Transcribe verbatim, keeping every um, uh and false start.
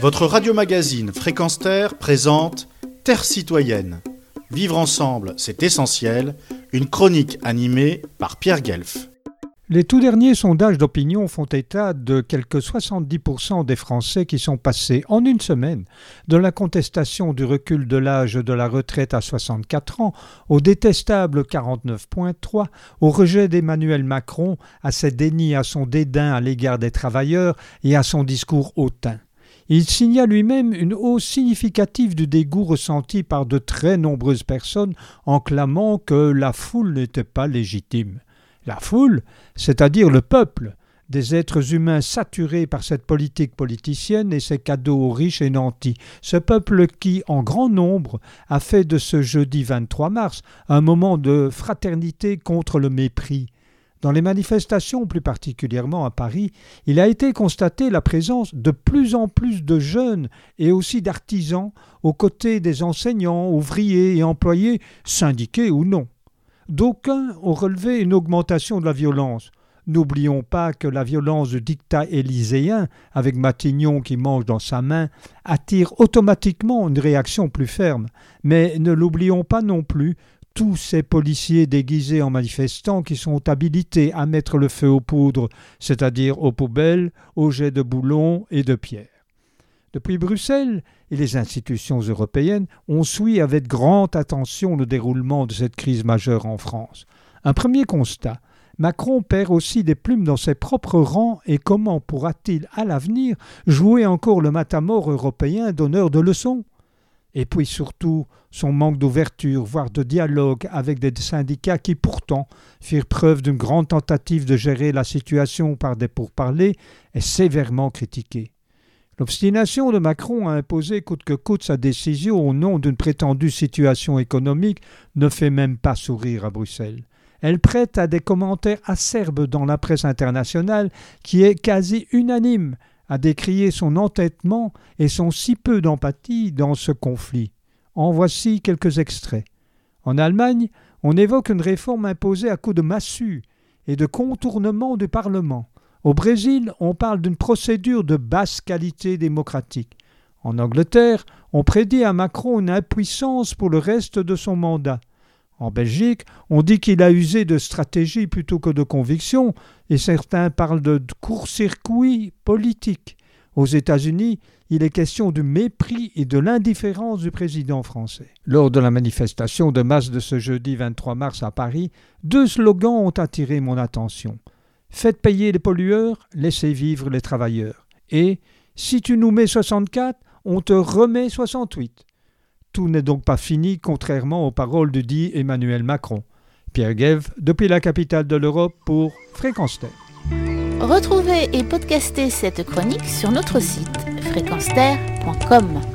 Votre radio-magazine Fréquence Terre présente Terre citoyenne. Vivre ensemble, c'est essentiel. Une chronique animée par Pierre Guelf. Les tout derniers sondages d'opinion font état de quelque soixante-dix pour cent des Français qui sont passés en une semaine de la contestation du recul de l'âge de la retraite à soixante-quatre ans au détestable quarante-neuf virgule trois, au rejet d'Emmanuel Macron, à ses dénis, à son dédain à l'égard des travailleurs et à son discours hautain. Il signa lui-même une hausse significative du dégoût ressenti par de très nombreuses personnes en clamant que la foule n'était pas légitime. La foule, c'est-à-dire le peuple, des êtres humains saturés par cette politique politicienne et ses cadeaux aux riches et nantis, ce peuple qui, en grand nombre, a fait de ce jeudi vingt-trois mars un moment de fraternité contre le mépris. Dans les manifestations, plus particulièrement à Paris, il a été constaté la présence de plus en plus de jeunes et aussi d'artisans aux côtés des enseignants, ouvriers et employés, syndiqués ou non. D'aucuns ont relevé une augmentation de la violence. N'oublions pas que la violence du dictat élyséen, avec Matignon qui mange dans sa main, attire automatiquement une réaction plus ferme. Mais ne l'oublions pas non plus, tous ces policiers déguisés en manifestants qui sont habilités à mettre le feu aux poudres, c'est-à-dire aux poubelles, aux jets de boulons et de pierres. Depuis Bruxelles et les institutions européennes, on suit avec grande attention le déroulement de cette crise majeure en France. Un premier constat, Macron perd aussi des plumes dans ses propres rangs et comment pourra-t-il à l'avenir jouer encore le matamor européen donneur de leçons ? Et puis surtout, son manque d'ouverture, voire de dialogue avec des syndicats qui pourtant firent preuve d'une grande tentative de gérer la situation par des pourparlers est sévèrement critiqué. L'obstination de Macron à imposer coûte que coûte sa décision au nom d'une prétendue situation économique ne fait même pas sourire à Bruxelles. Elle prête à des commentaires acerbes dans la presse internationale qui est quasi unanime à décrier son entêtement et son si peu d'empathie dans ce conflit. En voici quelques extraits. En Allemagne, on évoque une réforme imposée à coups de massue et de contournement du Parlement. Au Brésil, on parle d'une procédure de basse qualité démocratique. En Angleterre, on prédit à Macron une impuissance pour le reste de son mandat. En Belgique, on dit qu'il a usé de stratégie plutôt que de conviction, et certains parlent de court-circuit politique. Aux États-Unis, il est question du mépris et de l'indifférence du président français. Lors de la manifestation de masse de ce jeudi vingt-trois mars à Paris, deux slogans ont attiré mon attention. Faites payer les pollueurs, laissez vivre les travailleurs. Et si tu nous mets soixante-quatre, on te remet soixante-huit. Tout n'est donc pas fini, contrairement aux paroles du dit Emmanuel Macron. Pierre Guelf, depuis la capitale de l'Europe pour Fréquence Terre. Retrouvez et podcastez cette chronique sur notre site fréquence terre point com.